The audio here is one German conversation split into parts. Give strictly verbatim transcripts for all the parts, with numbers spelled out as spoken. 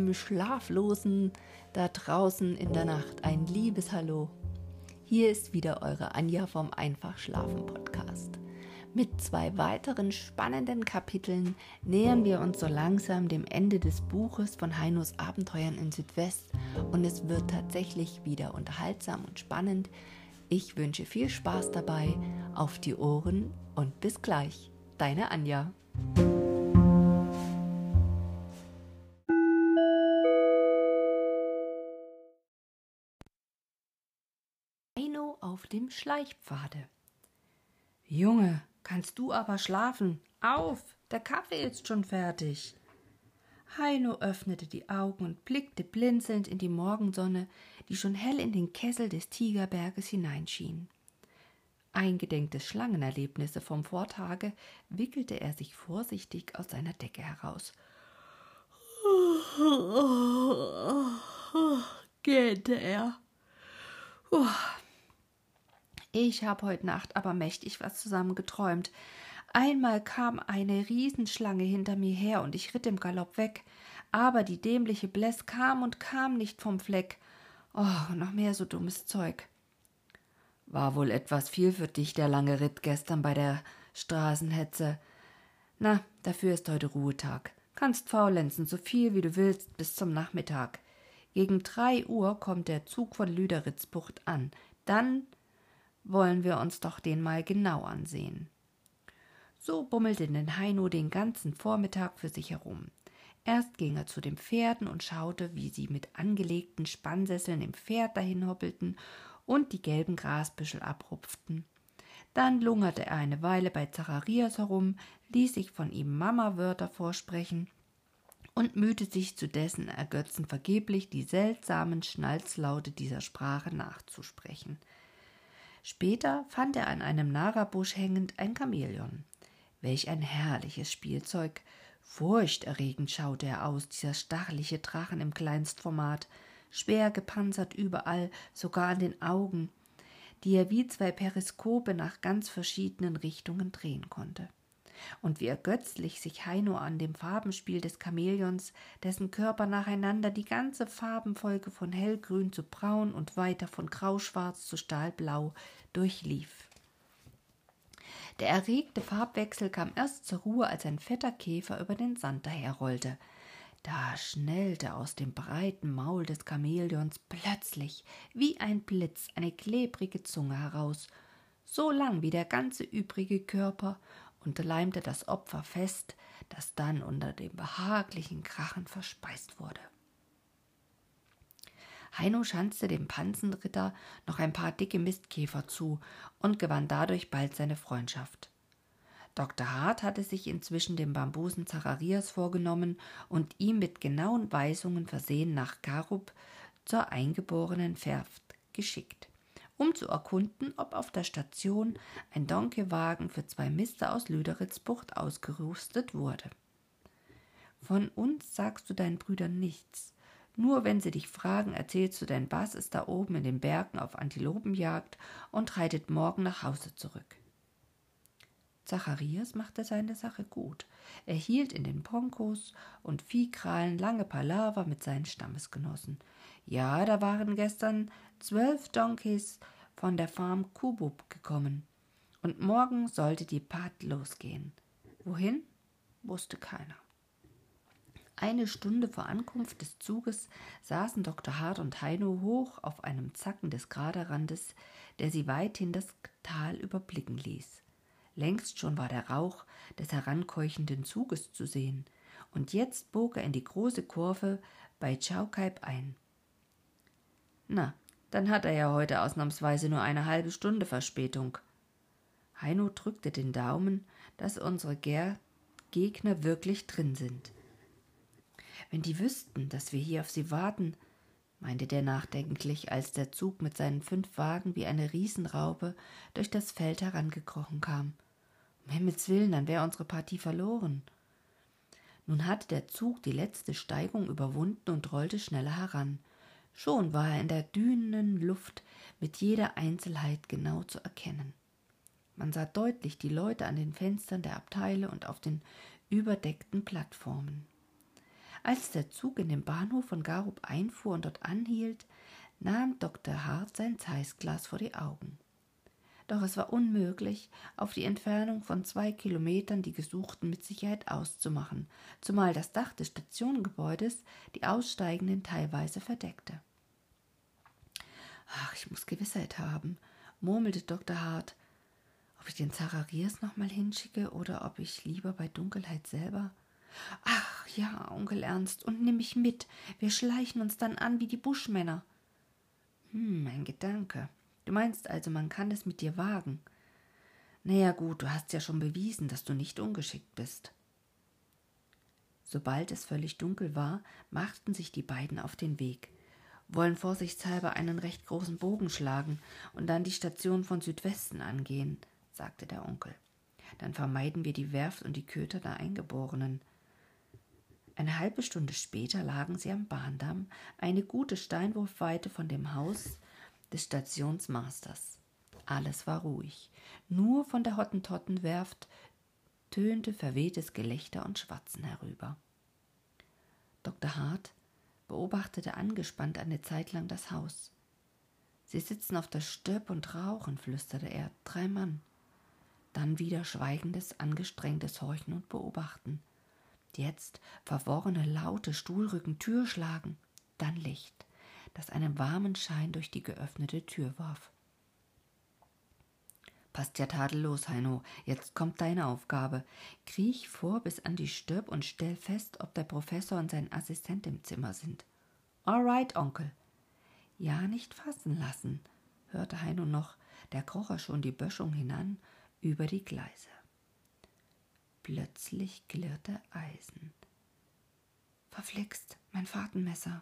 allem Schlaflosen da draußen in der Nacht ein liebes Hallo. Hier ist wieder eure Anja vom Einfach Schlafen Podcast. Mit zwei weiteren spannenden Kapiteln nähern wir uns so langsam dem Ende des Buches von Heinos Abenteuern in Südwest und es wird tatsächlich wieder unterhaltsam und spannend. Ich wünsche viel Spaß dabei, auf die Ohren und bis gleich. Deine Anja. Heino auf dem Schleichpfade. Junge, kannst du aber schlafen? Auf, der Kaffee ist schon fertig. Heino öffnete die Augen und blickte blinzelnd in die Morgensonne, die schon hell in den Kessel des Tigerberges hineinschien. Eingedenk des Schlangenerlebnisse vom Vortage wickelte er sich vorsichtig aus seiner Decke heraus. Gähnte er. Ich habe heute Nacht aber mächtig was zusammen geträumt. Einmal kam eine Riesenschlange hinter mir her und ich ritt im Galopp weg. Aber die dämliche Bläss kam und kam nicht vom Fleck. Oh, noch mehr so dummes Zeug. War wohl etwas viel für dich, der lange Ritt gestern bei der Straßenhetze. Na, dafür ist heute Ruhetag. Kannst faulenzen, so viel wie du willst, bis zum Nachmittag. Gegen drei Uhr kommt der Zug von Lüderitzbucht an. Dann wollen wir uns doch den mal genau ansehen. So bummelte den Heino den ganzen Vormittag für sich herum. Erst ging er zu den Pferden und schaute, wie sie mit angelegten Spannsesseln im Pferd dahin hoppelten und die gelben Grasbüschel abrupften. Dann lungerte er eine Weile bei Zacharias herum, ließ sich von ihm Mama-Wörter vorsprechen und mühte sich zu dessen Ergötzen vergeblich, die seltsamen Schnalzlaute dieser Sprache nachzusprechen. Später fand er an einem Narabusch hängend ein Chamäleon. Welch ein herrliches Spielzeug! Furchterregend schaute er aus, dieser stachelige Drachen im Kleinstformat, schwer gepanzert überall, sogar an den Augen, die er wie zwei Periskope nach ganz verschiedenen Richtungen drehen konnte. Und wie ergötzlich sich Heino an dem Farbenspiel des Chamäleons, dessen Körper nacheinander die ganze Farbenfolge von hellgrün zu braun und weiter von grauschwarz zu stahlblau durchlief. Der erregte Farbwechsel kam erst zur Ruhe, als ein fetter Käfer über den Sand daherrollte. Da schnellte aus dem breiten Maul des Chamäleons plötzlich wie ein Blitz eine klebrige Zunge heraus, so lang wie der ganze übrige Körper, und leimte das Opfer fest, das dann unter dem behaglichen Krachen verspeist wurde. Heino schanzte dem Pansenritter noch ein paar dicke Mistkäfer zu und gewann dadurch bald seine Freundschaft. Doktor Hart hatte sich inzwischen dem Bambusen Zacharias vorgenommen und ihm mit genauen Weisungen versehen nach Karup zur eingeborenen Werft geschickt, um zu erkunden, ob auf der Station ein Donkewagen für zwei Mister aus Lüderitzbucht ausgerüstet wurde. Von uns sagst du deinen Brüdern nichts. Nur wenn sie dich fragen, erzählst du, dein Bass ist da oben in den Bergen auf Antilopenjagd und reitet morgen nach Hause zurück. Zacharias machte seine Sache gut. Er hielt in den Broncos und Viehkralen lange Palaver mit seinen Stammesgenossen. Ja, da waren gestern zwölf Donkeys von der Farm Kubub gekommen. Und morgen sollte die Part losgehen. Wohin? Wusste keiner. Eine Stunde vor Ankunft des Zuges saßen Doktor Hart und Heino hoch auf einem Zacken des Graderandes, der sie weithin das Tal überblicken ließ. Längst schon war der Rauch des herankeuchenden Zuges zu sehen, und jetzt bog er in die große Kurve bei Chaukaib ein. Na, dann hat er ja heute ausnahmsweise nur eine halbe Stunde Verspätung. Heino drückte den Daumen, dass unsere Ger- Gegner wirklich drin sind. Wenn die wüssten, dass wir hier auf sie warten, meinte der nachdenklich, als der Zug mit seinen fünf Wagen wie eine Riesenraupe durch das Feld herangekrochen kam. Um Himmels willen, dann wäre unsere Partie verloren. Nun hatte der Zug die letzte Steigung überwunden und rollte schneller heran. Schon war er in der dünnen Luft mit jeder Einzelheit genau zu erkennen. Man sah deutlich die Leute an den Fenstern der Abteile und auf den überdeckten Plattformen. Als der Zug in den Bahnhof von Garup einfuhr und dort anhielt, nahm Doktor Hart sein Zeissglas vor die Augen. Doch es war unmöglich, auf die Entfernung von zwei Kilometern die Gesuchten mit Sicherheit auszumachen, zumal das Dach des Stationsgebäudes die Aussteigenden teilweise verdeckte. »Ach, ich muss Gewissheit haben«, murmelte Doktor Hart, »ob ich den Zacharias noch mal hinschicke oder ob ich lieber bei Dunkelheit selber...« »Ach ja, Onkel Ernst, und nimm mich mit. Wir schleichen uns dann an wie die Buschmänner.« »Hm, ein Gedanke. Du meinst also, man kann es mit dir wagen? Na ja gut, du hast ja schon bewiesen, dass du nicht ungeschickt bist.« Sobald es völlig dunkel war, machten sich die beiden auf den Weg. »Wollen vorsichtshalber einen recht großen Bogen schlagen und dann die Station von Südwesten angehen«, sagte der Onkel. »Dann vermeiden wir die Werft und die Köter der Eingeborenen.« Eine halbe Stunde später lagen sie am Bahndamm, eine gute Steinwurfweite von dem Haus des Stationsmasters. Alles war ruhig. Nur von der Hottentottenwerft tönte verwehtes Gelächter und Schwatzen herüber. Doktor Hart beobachtete angespannt eine Zeit lang das Haus. »Sie sitzen auf der Stöp und rauchen«, flüsterte er, »drei Mann.« Dann wieder schweigendes, angestrengtes Horchen und Beobachten. Jetzt verworrene, laute Stuhlrücken, Türschlagen, dann Licht, das einen warmen Schein durch die geöffnete Tür warf. »Passt ja tadellos, Heino. Jetzt kommt deine Aufgabe. Kriech vor bis an die Stöp und stell fest, ob der Professor und sein Assistent im Zimmer sind.« »All right, Onkel.« »Ja, nicht fassen lassen«, hörte Heino noch, da kroch er schon die Böschung hinan über die Gleise. Plötzlich klirrte Eisen. »Verflixt, mein Fahrtenmesser!«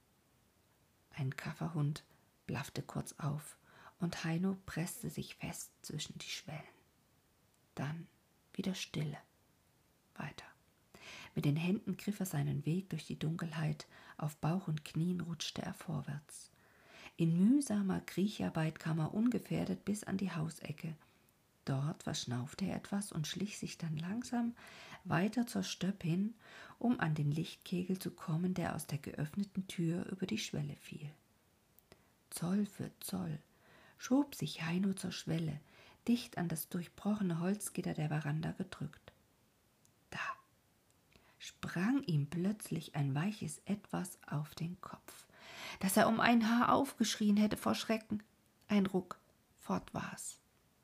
Ein Kafferhund blaffte kurz auf, und Heino presste sich fest zwischen die Schwellen. Dann wieder Stille. Weiter. Mit den Händen griff er seinen Weg durch die Dunkelheit, auf Bauch und Knien rutschte er vorwärts. In mühsamer Kriecharbeit kam er ungefährdet bis an die Hausecke. Dort verschnaufte er etwas und schlich sich dann langsam weiter zur Stöp hin, um an den Lichtkegel zu kommen, der aus der geöffneten Tür über die Schwelle fiel. Zoll für Zoll schob sich Heino zur Schwelle, dicht an das durchbrochene Holzgitter der Veranda gedrückt. Da sprang ihm plötzlich ein weiches Etwas auf den Kopf, dass er um ein Haar aufgeschrien hätte vor Schrecken. Ein Ruck, fort war's.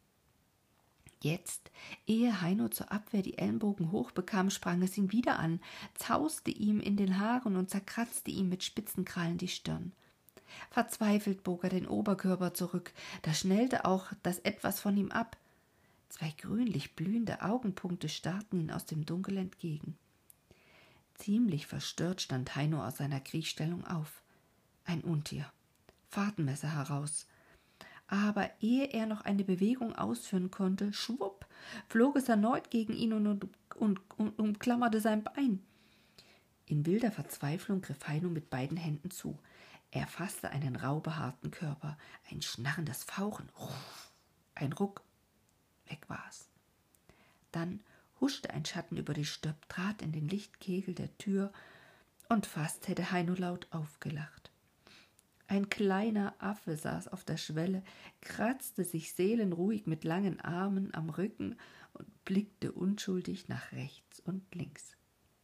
Jetzt, ehe Heino zur Abwehr die Ellenbogen hochbekam, sprang es ihn wieder an, zauste ihm in den Haaren und zerkratzte ihm mit spitzen Krallen die Stirn. Verzweifelt bog er den Oberkörper zurück, da schnellte auch das Etwas von ihm ab. Zwei grünlich blühende Augenpunkte starrten ihn aus dem Dunkel entgegen. Ziemlich verstört stand Heino aus seiner Kriechstellung auf. Ein Untier, Fahrtenmesser heraus. Aber ehe er noch eine Bewegung ausführen konnte, schwupp, flog es erneut gegen ihn und, und, und, und umklammerte sein Bein. In wilder Verzweiflung griff Heino mit beiden Händen zu. Er fasste einen rau behaarten Körper, ein schnarrendes Fauchen, ein Ruck, weg war's. Dann huschte ein Schatten über die Stöp, trat in den Lichtkegel der Tür, und fast hätte Heino laut aufgelacht. Ein kleiner Affe saß auf der Schwelle, kratzte sich seelenruhig mit langen Armen am Rücken und blickte unschuldig nach rechts und links.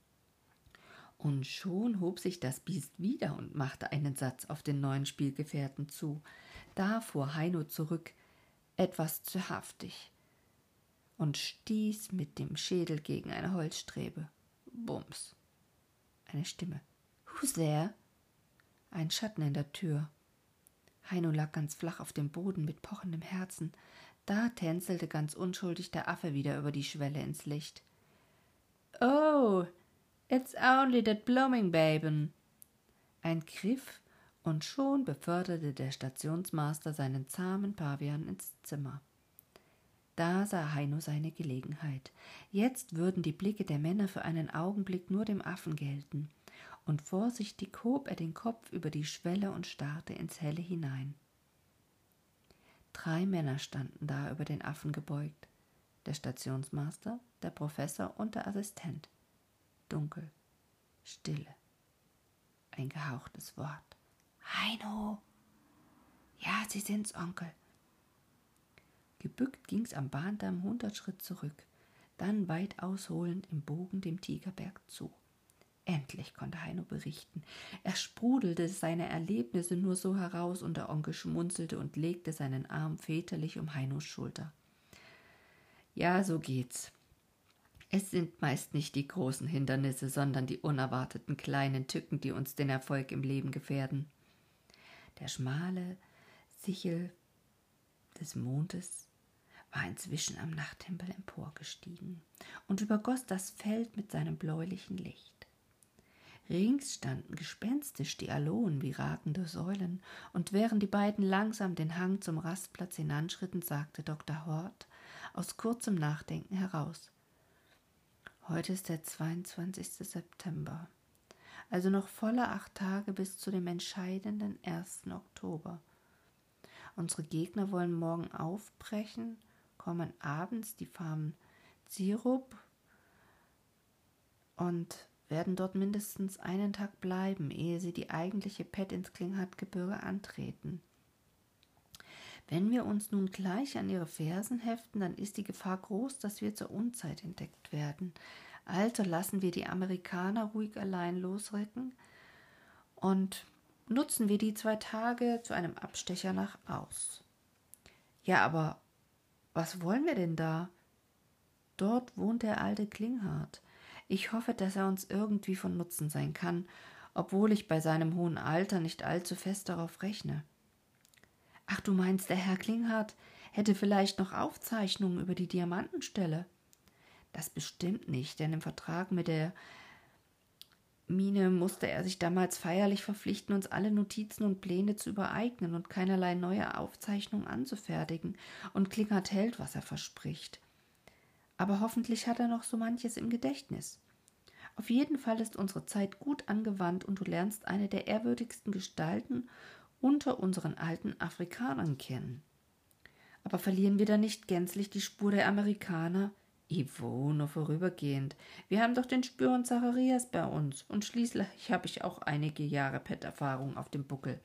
Und schon hob sich das Biest wieder und machte einen Satz auf den neuen Spielgefährten zu. Da fuhr Heino zurück, etwas zu haftig, und stieß mit dem Schädel gegen eine Holzstrebe. Bums. Eine Stimme. »Who's there?« Ein Schatten in der Tür. Heino lag ganz flach auf dem Boden mit pochendem Herzen. Da tänzelte ganz unschuldig der Affe wieder über die Schwelle ins Licht. »Oh, it's only that blooming baben.« Ein Griff, und schon beförderte der Stationsmaster seinen zahmen Pavian ins Zimmer. Da sah Heino seine Gelegenheit. Jetzt würden die Blicke der Männer für einen Augenblick nur dem Affen gelten, und vorsichtig hob er den Kopf über die Schwelle und starrte ins Helle hinein. Drei Männer standen da über den Affen gebeugt, der Stationsmaster, der Professor und der Assistent. Dunkel, Stille. ein gehauchtes Wort. »Heino!« »Ja, Sie sind's, Onkel.« Gebückt ging's am Bahndamm hundert Schritt zurück, dann weit ausholend im Bogen dem Tigerberg zu. Endlich konnte Heino berichten. Er sprudelte seine Erlebnisse nur so heraus, und der Onkel schmunzelte und legte seinen Arm väterlich um Heinos Schulter. »Ja, so geht's. Es sind meist nicht die großen Hindernisse, sondern die unerwarteten kleinen Tücken, die uns den Erfolg im Leben gefährden.« Der schmale Sichel des Mondes war inzwischen am Nachthimmel emporgestiegen und übergoss das Feld mit seinem bläulichen Licht. Rings standen gespenstisch die Aloen wie ragende Säulen, und während die beiden langsam den Hang zum Rastplatz hinanschritten, sagte Doktor Hort aus kurzem Nachdenken heraus: »Heute ist der zweiundzwanzigste September, also noch volle acht Tage bis zu dem entscheidenden ersten Oktober. Unsere Gegner wollen morgen aufbrechen, kommen abends, die farmen Sirup und werden dort mindestens einen Tag bleiben, ehe sie die eigentliche Pett ins Klinghartgebirge antreten. Wenn wir uns nun gleich an ihre Fersen heften, dann ist die Gefahr groß, dass wir zur Unzeit entdeckt werden. Also lassen wir die Amerikaner ruhig allein losrücken und nutzen wir die zwei Tage zu einem Abstecher nach Aus.« »Ja, aber was wollen wir denn da?« »Dort wohnt der alte Klinghart. Ich hoffe, dass er uns irgendwie von Nutzen sein kann, obwohl ich bei seinem hohen Alter nicht allzu fest darauf rechne.« »Ach, du meinst, der Herr Klinghart hätte vielleicht noch Aufzeichnungen über die Diamantenstelle?« »Das bestimmt nicht, denn im Vertrag mit der Mine musste er sich damals feierlich verpflichten, uns alle Notizen und Pläne zu übereignen und keinerlei neue Aufzeichnungen anzufertigen. Und Klinghart hält, was er verspricht. Aber hoffentlich hat er noch so manches im Gedächtnis. Auf jeden Fall ist unsere Zeit gut angewandt, und du lernst eine der ehrwürdigsten Gestalten unter unseren alten Afrikanern kennen. Aber verlieren wir da nicht gänzlich die Spur der Amerikaner?« »Ivo, nur vorübergehend. Wir haben doch den Spürhund Zacharias bei uns, und schließlich habe ich auch einige Jahre Pet-Erfahrung auf dem Buckel.«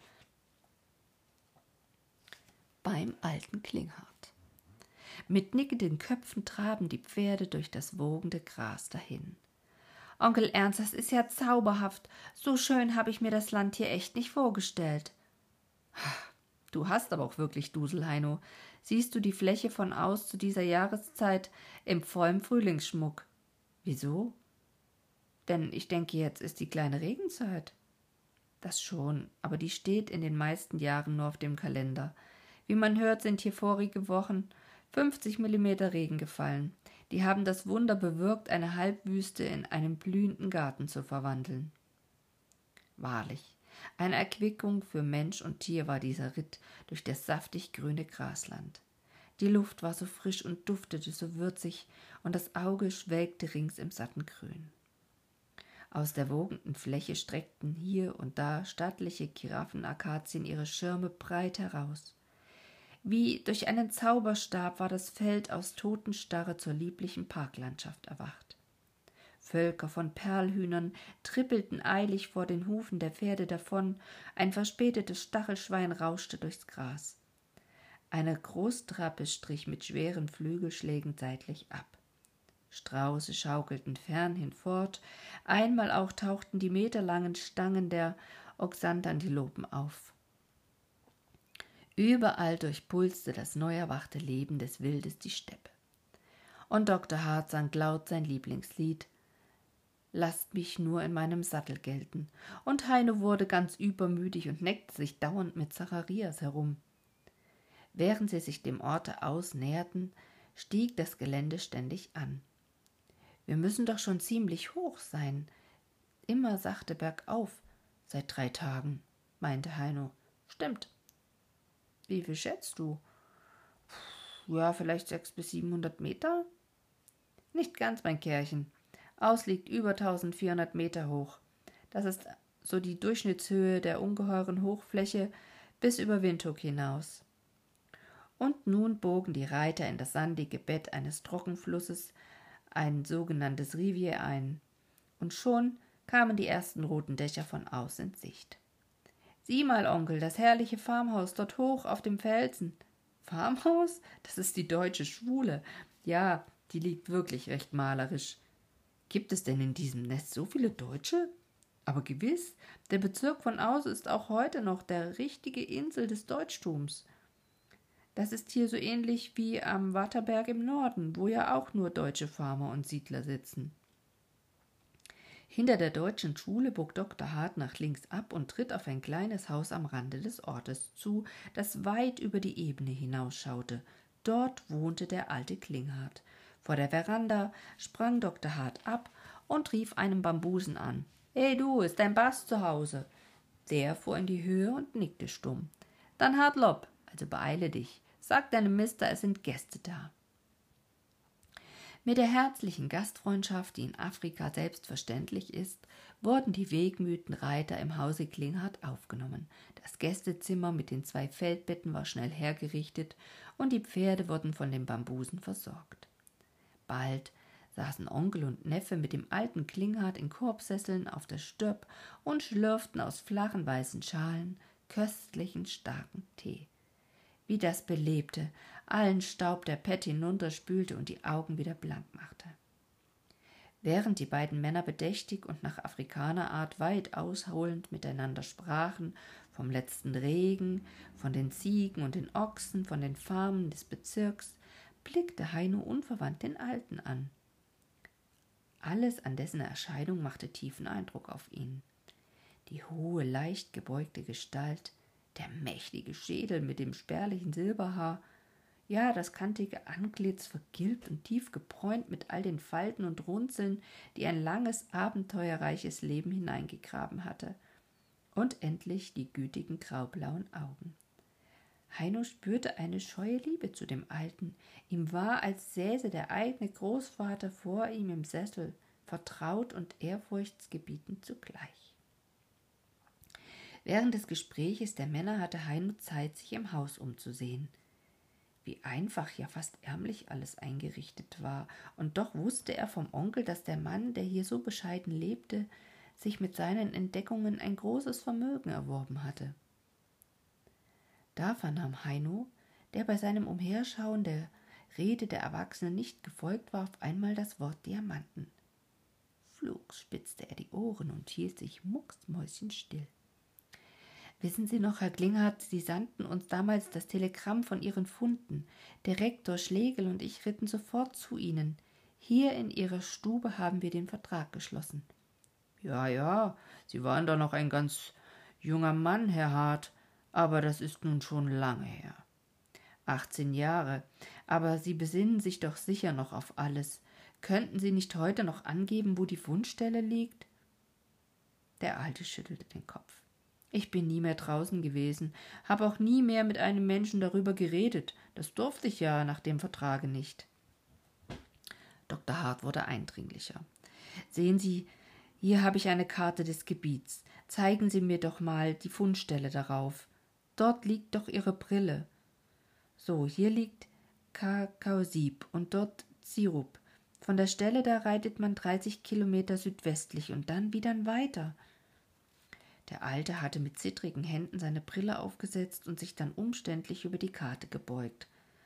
Beim alten Klinghart. Mit nickenden Köpfen traben die Pferde durch das wogende Gras dahin. »Onkel Ernst, das ist ja zauberhaft. So schön habe ich mir das Land hier echt nicht vorgestellt.« »Du hast aber auch wirklich Dusel, Heino. Siehst du die Fläche von Aus zu dieser Jahreszeit im vollen Frühlingsschmuck?« »Wieso?« »Denn ich denke, jetzt ist die kleine Regenzeit.« »Das schon, aber die steht in den meisten Jahren nur auf dem Kalender. Wie man hört, sind hier vorige Wochen fünfzig Millimeter Regen gefallen. Die haben das Wunder bewirkt, eine Halbwüste in einen blühenden Garten zu verwandeln.« Wahrlich, eine Erquickung für Mensch und Tier war dieser Ritt durch das saftig grüne Grasland. Die Luft war so frisch und duftete so würzig, und das Auge schwelgte rings im satten Grün. Aus der wogenden Fläche streckten hier und da stattliche Giraffenakazien ihre Schirme breit heraus. Wie durch einen Zauberstab war das Feld aus Totenstarre zur lieblichen Parklandschaft erwacht. Völker von Perlhühnern trippelten eilig vor den Hufen der Pferde davon, ein verspätetes Stachelschwein rauschte durchs Gras. Eine Großtrappe strich mit schweren Flügelschlägen seitlich ab. Strauße schaukelten fern hinfort, einmal auch tauchten die meterlangen Stangen der Oxantantilopen auf. Überall durchpulste das neu erwachte Leben des Wildes die Steppe. Und Doktor Hart sang laut sein Lieblingslied »Lasst mich nur in meinem Sattel gelten«, und Heino wurde ganz übermütig und neckte sich dauernd mit Zacharias herum. Während sie sich dem Orte Aus näherten, stieg das Gelände ständig an. »Wir müssen doch schon ziemlich hoch sein, immer sachte bergauf, seit drei Tagen«, meinte Heino. »Stimmt. Wie viel schätzt du?« »Ja, vielleicht sechs bis siebenhundert Meter?« »Nicht ganz, mein Kerlchen. Aus liegt über tausendvierhundert Meter hoch. Das ist so die Durchschnittshöhe der ungeheuren Hochfläche bis über Windhoek hinaus.« Und nun bogen die Reiter in das sandige Bett eines Trockenflusses, ein sogenanntes Rivier, ein, und schon kamen die ersten roten Dächer von Aus in Sicht. »Sieh mal, Onkel, das herrliche Farmhaus dort hoch auf dem Felsen.« »Farmhaus? Das ist die deutsche Schwule. Ja, die liegt wirklich recht malerisch.« »Gibt es denn in diesem Nest so viele Deutsche?« »Aber gewiss, der Bezirk von Aus ist auch heute noch der richtige Insel des Deutschtums. Das ist hier so ähnlich wie am Waterberg im Norden, wo ja auch nur deutsche Farmer und Siedler sitzen.« Hinter der deutschen Schule bog Doktor Hart nach links ab und tritt auf ein kleines Haus am Rande des Ortes zu, das weit über die Ebene hinausschaute. Dort wohnte der alte Klinghardt. Vor der Veranda sprang Doktor Hart ab und rief einem Bambusen an. »Hey du, ist dein Bass zu Hause?« Der fuhr in die Höhe und nickte stumm. »Dann Hartlob, also beeile dich. Sag deinem Mister, es sind Gäste da.« Mit der herzlichen Gastfreundschaft, die in Afrika selbstverständlich ist, wurden die wegmüden Reiter im Hause Klinghardt aufgenommen. Das Gästezimmer mit den zwei Feldbetten war schnell hergerichtet und die Pferde wurden von den Bambusen versorgt. Bald saßen Onkel und Neffe mit dem alten Klinghardt in Korbsesseln auf der Stöpp und schlürften aus flachen weißen Schalen köstlichen, starken Tee. Wie das belebte, allen Staub der Pett hinunterspülte und die Augen wieder blank machte. Während die beiden Männer bedächtig und nach Afrikanerart weit ausholend miteinander sprachen, vom letzten Regen, von den Ziegen und den Ochsen, von den Farmen des Bezirks, blickte Heino unverwandt den Alten an. Alles an dessen Erscheinung machte tiefen Eindruck auf ihn. Die hohe, leicht gebeugte Gestalt, der mächtige Schädel mit dem spärlichen Silberhaar, ja, das kantige Antlitz vergilbt und tief gebräunt mit all den Falten und Runzeln, die ein langes, abenteuerreiches Leben hineingegraben hatte. Und endlich die gütigen graublauen Augen. Heino spürte eine scheue Liebe zu dem Alten. Ihm war, als säße der eigene Großvater vor ihm im Sessel, vertraut und ehrfurchtsgebietend zugleich. Während des Gespräches der Männer hatte Heino Zeit, sich im Haus umzusehen. Wie einfach, ja fast ärmlich alles eingerichtet war, und doch wusste er vom Onkel, dass der Mann, der hier so bescheiden lebte, sich mit seinen Entdeckungen ein großes Vermögen erworben hatte. Da vernahm Heino, der bei seinem Umherschauen der Rede der Erwachsenen nicht gefolgt war, auf einmal das Wort Diamanten. Flugs spitzte er die Ohren und hielt sich mucksmäuschenstill. »Wissen Sie noch, Herr Klinghardt, Sie sandten uns damals das Telegramm von Ihren Funden. Direktor Schlegel und ich ritten sofort zu Ihnen. Hier in Ihrer Stube haben wir den Vertrag geschlossen.« »Ja, ja, Sie waren doch noch ein ganz junger Mann, Herr Hart, aber das ist nun schon lange her. Achtzehn Jahre, aber Sie besinnen sich doch sicher noch auf alles. Könnten Sie nicht heute noch angeben, wo die Fundstelle liegt?« Der Alte schüttelte den Kopf. »Ich bin nie mehr draußen gewesen, habe auch nie mehr mit einem Menschen darüber geredet. Das durfte ich ja nach dem Vertrage nicht.« Doktor Hart wurde eindringlicher. »Sehen Sie, hier habe ich eine Karte des Gebiets. Zeigen Sie mir doch mal die Fundstelle darauf. Dort liegt doch Ihre Brille. So, hier liegt Kakaosieb und dort Zirup. Von der Stelle da reitet man dreißig Kilometer südwestlich und dann wieder weiter.« Der Alte hatte mit zittrigen Händen seine Brille aufgesetzt und sich dann umständlich über die Karte gebeugt.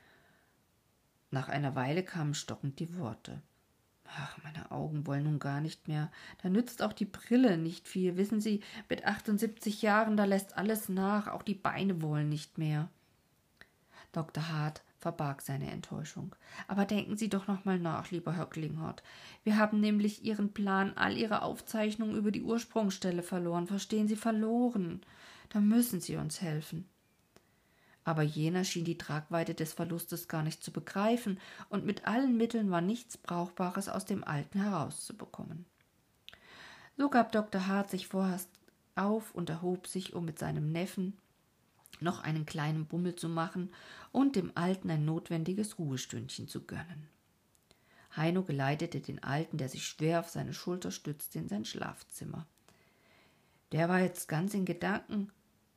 Nach einer Weile kamen stockend die Worte. »Ach, meine Augen wollen nun gar nicht mehr. Da nützt auch die Brille nicht viel. Wissen Sie, mit achtundsiebzig Jahren, da lässt alles nach, auch die Beine wollen nicht mehr.« Doktor Hart verbarg seine Enttäuschung. »Aber denken Sie doch noch mal nach, lieber Herr Klinghardt. Wir haben nämlich Ihren Plan, all Ihre Aufzeichnungen über die Ursprungsstelle verloren. Verstehen Sie, verloren. Da müssen Sie uns helfen.« Aber jener schien die Tragweite des Verlustes gar nicht zu begreifen, und mit allen Mitteln war nichts Brauchbares aus dem Alten herauszubekommen. So gab Doktor Hart sich vorerst auf und erhob sich, um mit seinem Neffen noch einen kleinen Bummel zu machen und dem Alten ein notwendiges Ruhestündchen zu gönnen. Heino geleitete den Alten, der sich schwer auf seine Schulter stützte, in sein Schlafzimmer. Der war jetzt ganz in Gedanken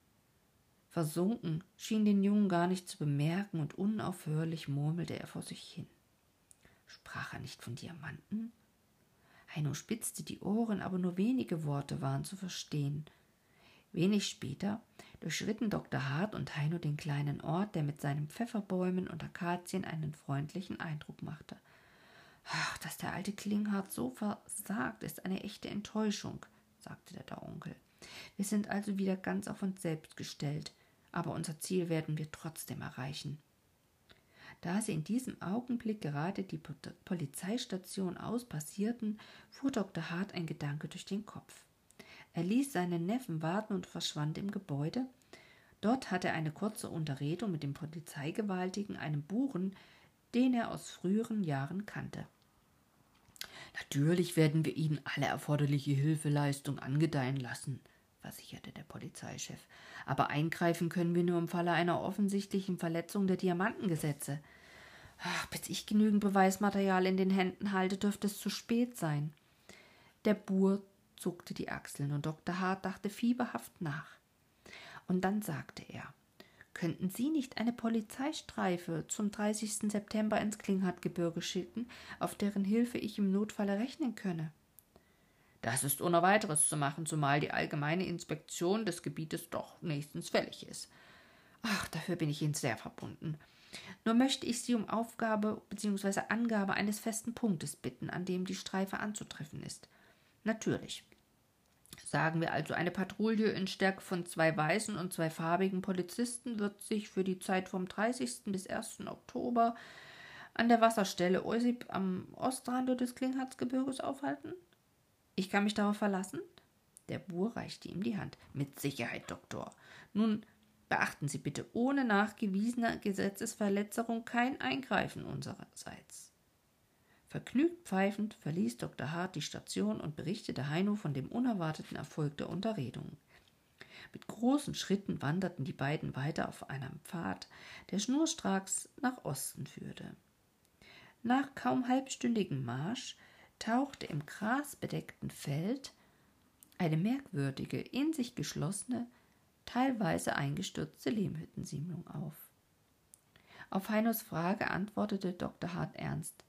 versunken, schien den Jungen gar nicht zu bemerken, und unaufhörlich murmelte er vor sich hin. Sprach er nicht von Diamanten? Heino spitzte die Ohren, aber nur wenige Worte waren zu verstehen. Wenig später durchschritten Doktor Hart und Heino den kleinen Ort, der mit seinen Pfefferbäumen und Akazien einen freundlichen Eindruck machte. »Ach, dass der alte Klinghardt so versagt, ist eine echte Enttäuschung«, sagte der Onkel. »Wir sind also wieder ganz auf uns selbst gestellt, aber unser Ziel werden wir trotzdem erreichen.« Da sie in diesem Augenblick gerade die Polizeistation auspassierten, fuhr Doktor Hart ein Gedanke durch den Kopf. Er ließ seinen Neffen warten und verschwand im Gebäude. Dort hatte er eine kurze Unterredung mit dem Polizeigewaltigen, einem Buren, den er aus früheren Jahren kannte. »Natürlich werden wir Ihnen alle erforderliche Hilfeleistung angedeihen lassen«, versicherte der Polizeichef. »Aber eingreifen können wir nur im Falle einer offensichtlichen Verletzung der Diamantengesetze. Ach, bis ich genügend Beweismaterial in den Händen halte, dürfte es zu spät sein.« Der Bur zuckte die Achseln und Doktor Hart dachte fieberhaft nach. Und dann sagte er: »Könnten Sie nicht eine Polizeistreife zum dreißigsten September ins Klinghardtgebirge schicken, auf deren Hilfe ich im Notfalle rechnen könne?« »Das ist ohne weiteres zu machen, zumal die allgemeine Inspektion des Gebietes doch nächstens fällig ist.« »Ach, dafür bin ich Ihnen sehr verbunden. Nur möchte ich Sie um Aufgabe bzw. Angabe eines festen Punktes bitten, an dem die Streife anzutreffen ist.« »Natürlich. Sagen wir also, eine Patrouille in Stärke von zwei weißen und zwei farbigen Polizisten wird sich für die Zeit vom dreißigsten bis ersten Oktober an der Wasserstelle Oisip am Ostrande des Klinghardtgebirges aufhalten? Ich kann mich darauf verlassen?« Der Bur reichte ihm die Hand. »Mit Sicherheit, Doktor. Nun beachten Sie bitte, ohne nachgewiesener Gesetzesverletzung kein Eingreifen unsererseits.« Vergnügt pfeifend verließ Doktor Hart die Station und berichtete Heino von dem unerwarteten Erfolg der Unterredung. Mit großen Schritten wanderten die beiden weiter auf einem Pfad, der schnurstracks nach Osten führte. Nach kaum halbstündigem Marsch tauchte im grasbedeckten Feld eine merkwürdige, in sich geschlossene, teilweise eingestürzte Lehmhüttensiedlung auf. Auf Heinos Frage antwortete Doktor Hart ernst: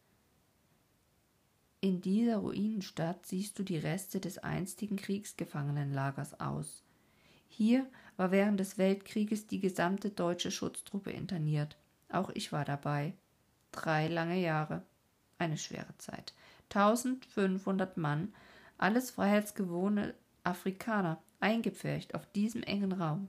»In dieser Ruinenstadt siehst du die Reste des einstigen Kriegsgefangenenlagers aus. Hier war während des Weltkrieges die gesamte deutsche Schutztruppe interniert. Auch ich war dabei. Drei lange Jahre. Eine schwere Zeit. Tausendfünfhundert Mann, alles freiheitsgewohnte Afrikaner, eingepfercht auf diesem engen Raum.«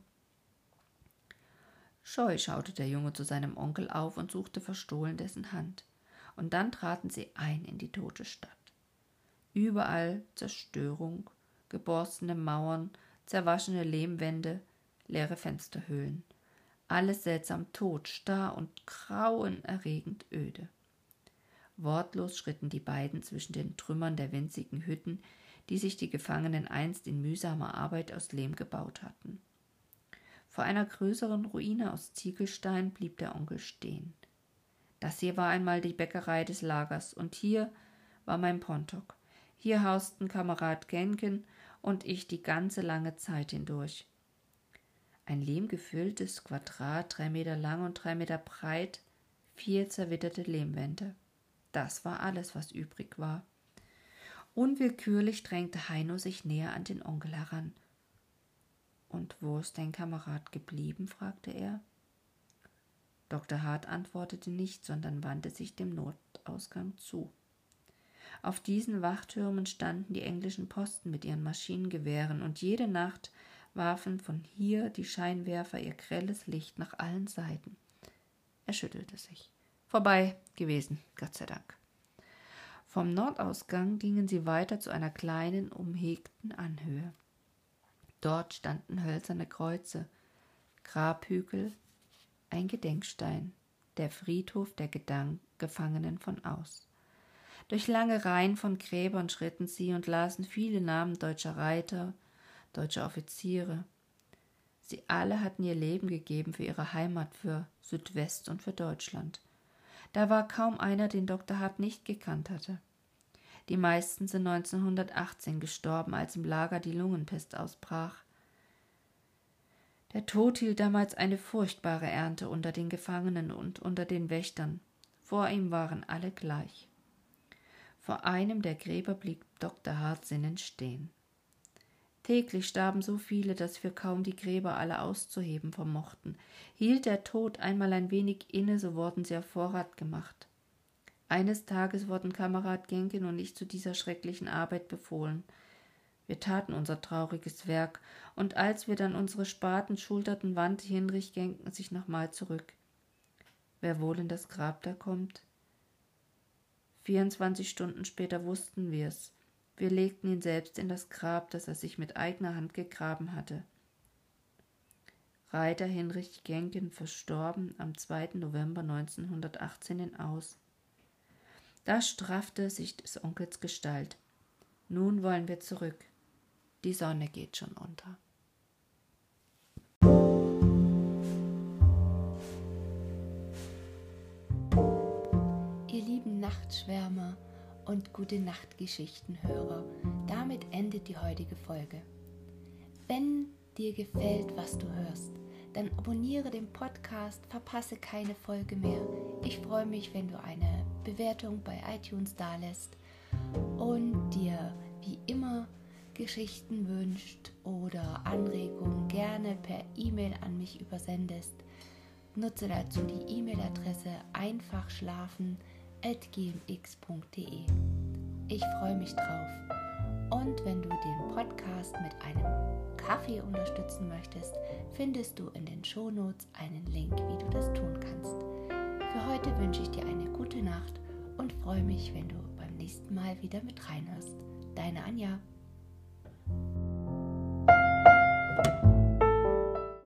Scheu schaute der Junge zu seinem Onkel auf und suchte verstohlen dessen Hand. Und dann traten sie ein in die tote Stadt. Überall Zerstörung, geborstene Mauern, zerwaschene Lehmwände, leere Fensterhöhlen. Alles seltsam tot, starr und grauenerregend öde. Wortlos schritten die beiden zwischen den Trümmern der winzigen Hütten, die sich die Gefangenen einst in mühsamer Arbeit aus Lehm gebaut hatten. Vor einer größeren Ruine aus Ziegelstein blieb der Onkel stehen. »Das hier war einmal die Bäckerei des Lagers, und hier war mein Pontok. Hier hausten Kamerad Genken und ich die ganze lange Zeit hindurch.« Ein lehmgefülltes Quadrat, drei Meter lang und drei Meter breit, vier zerwitterte Lehmwände. Das war alles, was übrig war. Unwillkürlich drängte Heino sich näher an den Onkel heran. »Und wo ist dein Kamerad geblieben?« fragte er. Doktor Hart antwortete nicht, sondern wandte sich dem Notausgang zu. Auf diesen Wachtürmen standen die englischen Posten mit ihren Maschinengewehren, und jede Nacht warfen von hier die Scheinwerfer ihr grelles Licht nach allen Seiten. Er schüttelte sich. Vorbei gewesen, Gott sei Dank. Vom Nordausgang gingen sie weiter zu einer kleinen, umhegten Anhöhe. Dort standen hölzerne Kreuze, Grabhügel, ein Gedenkstein, der Friedhof der Gedank- Gefangenen von Aus. Durch lange Reihen von Gräbern schritten sie und lasen viele Namen deutscher Reiter, deutscher Offiziere. Sie alle hatten ihr Leben gegeben für ihre Heimat, für Südwest und für Deutschland. Da war kaum einer, den Doktor Hart nicht gekannt hatte. Die meisten sind neunzehnhundertachtzehn gestorben, als im Lager die Lungenpest ausbrach. Der Tod hielt damals eine furchtbare Ernte unter den Gefangenen und unter den Wächtern. Vor ihm waren alle gleich. Vor einem der Gräber blieb Doktor Hart sinnend stehen. Täglich starben so viele, dass wir kaum die Gräber alle auszuheben vermochten. Hielt der Tod einmal ein wenig inne, so wurden sie auf Vorrat gemacht. Eines Tages wurden Kamerad Genken und ich zu dieser schrecklichen Arbeit befohlen. Wir taten unser trauriges Werk, und als wir dann unsere Spaten schulterten, wandte Hinrich Genken sich nochmal zurück. Wer wohl in das Grab da kommt? Vierundzwanzig Stunden später wussten wir es. Wir legten ihn selbst in das Grab, das er sich mit eigener Hand gegraben hatte. Reiter Hinrich Genken verstorben am zweiten November neunzehnhundertachtzehn in Aus. Da straffte sich des Onkels Gestalt. Nun wollen wir zurück. Die Sonne geht schon unter. Ihr lieben Nachtschwärmer und gute Nachtgeschichtenhörer, damit endet die heutige Folge. Wenn dir gefällt, was du hörst, dann abonniere den Podcast, verpasse keine Folge mehr. Ich freue mich, wenn du eine Bewertung bei iTunes dalässt und dir wie immer Geschichten wünscht oder Anregungen gerne per E-Mail an mich übersendest. Nutze dazu die E-Mail-Adresse einfachschlafen at gmx punkt de. Ich freue mich drauf. Und wenn du den Podcast mit einem Kaffee unterstützen möchtest, findest du in den Shownotes einen Link, wie du das tun kannst. Für heute wünsche ich dir eine gute Nacht und freue mich, wenn du beim nächsten Mal wieder mit reinhörst. Deine Anja.